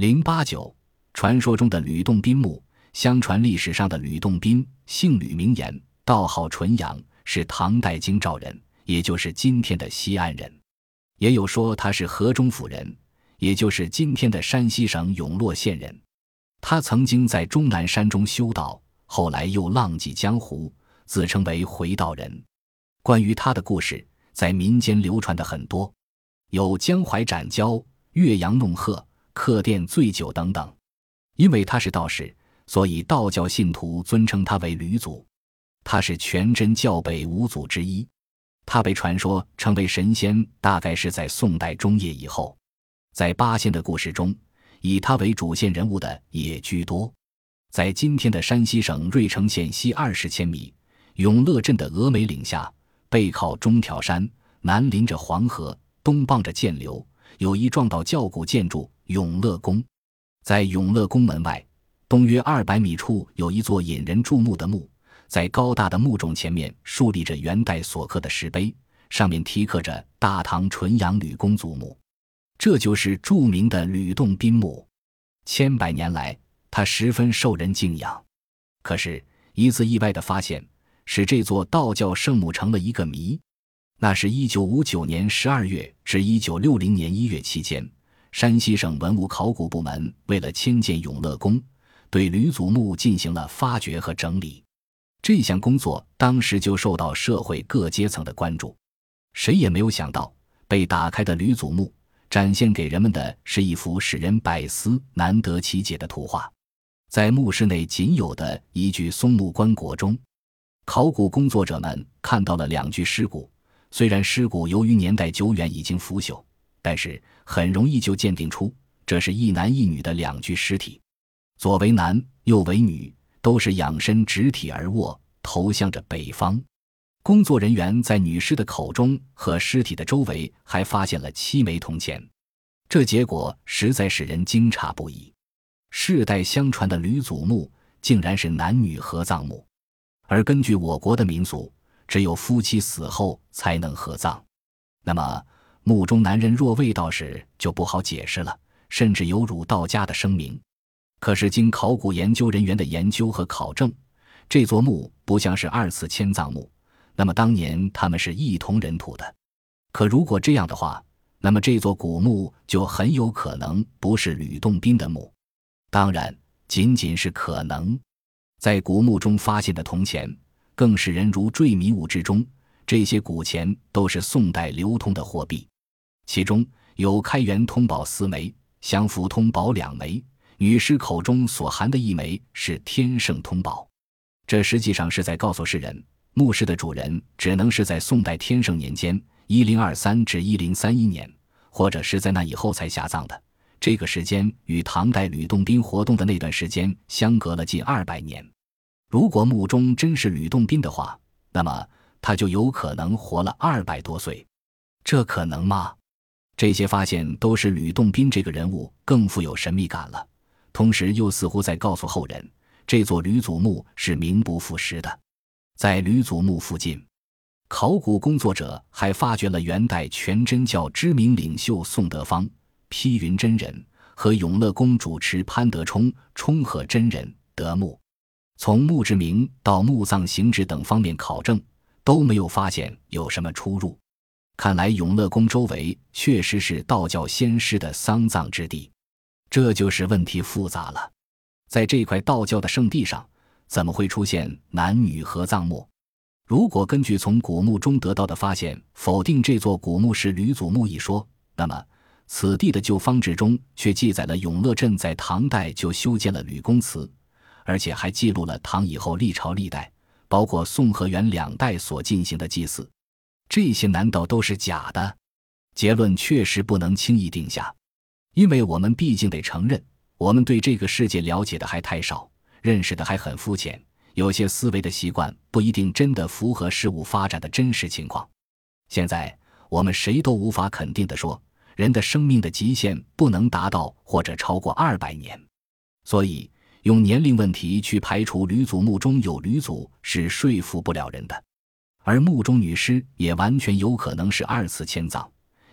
089传说中的吕洞宾墓。相传历史上的吕洞宾姓吕名言，道号纯阳，是唐代京兆人，也就是今天的西安人。也有说他是河中府人，也就是今天的山西省永乐县人。他曾经在终南山中修道，后来又浪迹江湖，自称为回道人。关于他的故事在民间流传的很多，有江淮斩蛟、岳阳弄鹤、客店醉酒等等。因为他是道士，所以道教信徒尊称他为吕祖。他是全真教北五祖之一，他被传说成为神仙大概是在宋代中叶以后。在八仙的故事中，以他为主线人物的也居多。在今天的山西省芮城县西20千米永乐镇的峨眉岭下，背靠中条山，南临着黄河，东傍着涧流，有一幢道教古建筑永乐宫。在永乐宫门外东约200米处有一座引人注目的墓，在高大的墓冢前面竖立着元代所刻的石碑，上面题刻着大唐纯阳吕公祖墓，这就是著名的吕洞宾墓。千百年来他十分受人敬仰，可是一次意外的发现使这座道教圣墓成了一个谜。那是1959年12月至1960年1月期间，山西省文物考古部门为了迁建永乐宫，对吕祖墓进行了发掘和整理。这项工作当时就受到社会各阶层的关注。谁也没有想到，被打开的吕祖墓展现给人们的是一幅使人百思难得其解的图画。在墓室内仅有的一具松木棺椁中，考古工作者们看到了2具尸骨。虽然尸骨由于年代久远已经腐朽，但是很容易就鉴定出这是一男一女的2具尸体。左为男，右为女，都是仰身直体而卧，头向着北方。工作人员在女尸的口中和尸体的周围还发现了7枚铜钱，这结果实在使人惊诧不已。世代相传的吕祖墓竟然是男女合葬墓，而根据我国的民俗，只有夫妻死后才能合葬。那么墓中男人若未道士就不好解释了，甚至有辱道家的声名。可是经考古研究人员的研究和考证，这座墓不像是2次迁葬墓，那么当年他们是一同人土的。可如果这样的话，那么这座古墓就很有可能不是吕洞宾的墓。当然仅仅是可能。在古墓中发现的铜钱更使人如坠迷雾之中，这些古钱都是宋代流通的货币，其中有开元通宝4枚，降福通宝2枚，女尸口中所含的1枚是天圣通宝。这实际上是在告诉世人，墓室的主人只能是在宋代天圣年间1023至1031年，或者是在那以后才下葬的。这个时间与唐代吕洞宾活动的那段时间相隔了近200年。如果墓中真是吕洞宾的话，那么他就有可能活了200多岁。这可能吗？这些发现都使吕洞宾这个人物更富有神秘感了，同时又似乎在告诉后人，这座吕祖墓是名不副实的。在吕祖墓附近，考古工作者还发掘了元代全真教知名领袖宋德芳、披云真人和永乐宫主持潘德冲、冲和真人的墓。从墓志铭到墓葬形制等方面考证，都没有发现有什么出入。看来永乐宫周围确实是道教仙师的丧葬之地，这就是问题复杂了。在这块道教的圣地上，怎么会出现男女合葬墓？如果根据从古墓中得到的发现否定这座古墓是吕祖墓一说，那么此地的旧方志中却记载了永乐镇在唐代就修建了吕公祠，而且还记录了唐以后历朝历代，包括宋和元2代所进行的祭祀。这些难道都是假的？结论确实不能轻易定下，因为我们毕竟得承认，我们对这个世界了解的还太少，认识的还很肤浅，有些思维的习惯不一定真的符合事物发展的真实情况。现在我们谁都无法肯定地说，人的生命的极限不能达到或者超过200年，所以用年龄问题去排除吕祖墓中有吕祖是说服不了人的。而墓中女尸也完全有可能是2次迁葬，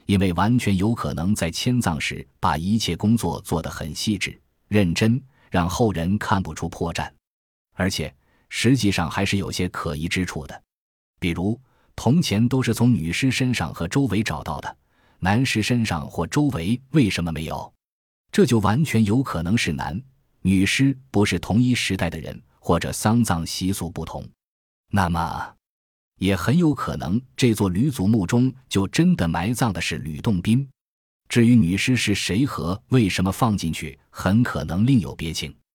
因为完全有可能在迁葬时把一切工作做得很细致、认真，让后人看不出破绽。而且实际上还是有些可疑之处的，比如铜钱都是从女尸身上和周围找到的，男尸身上或周围为什么没有？这就完全有可能是女尸不是同一时代的人，或者丧葬习俗不同。那么也很有可能这座吕祖墓中就真的埋葬的是吕洞宾。至于女尸是谁和为什么放进去，很可能另有别情。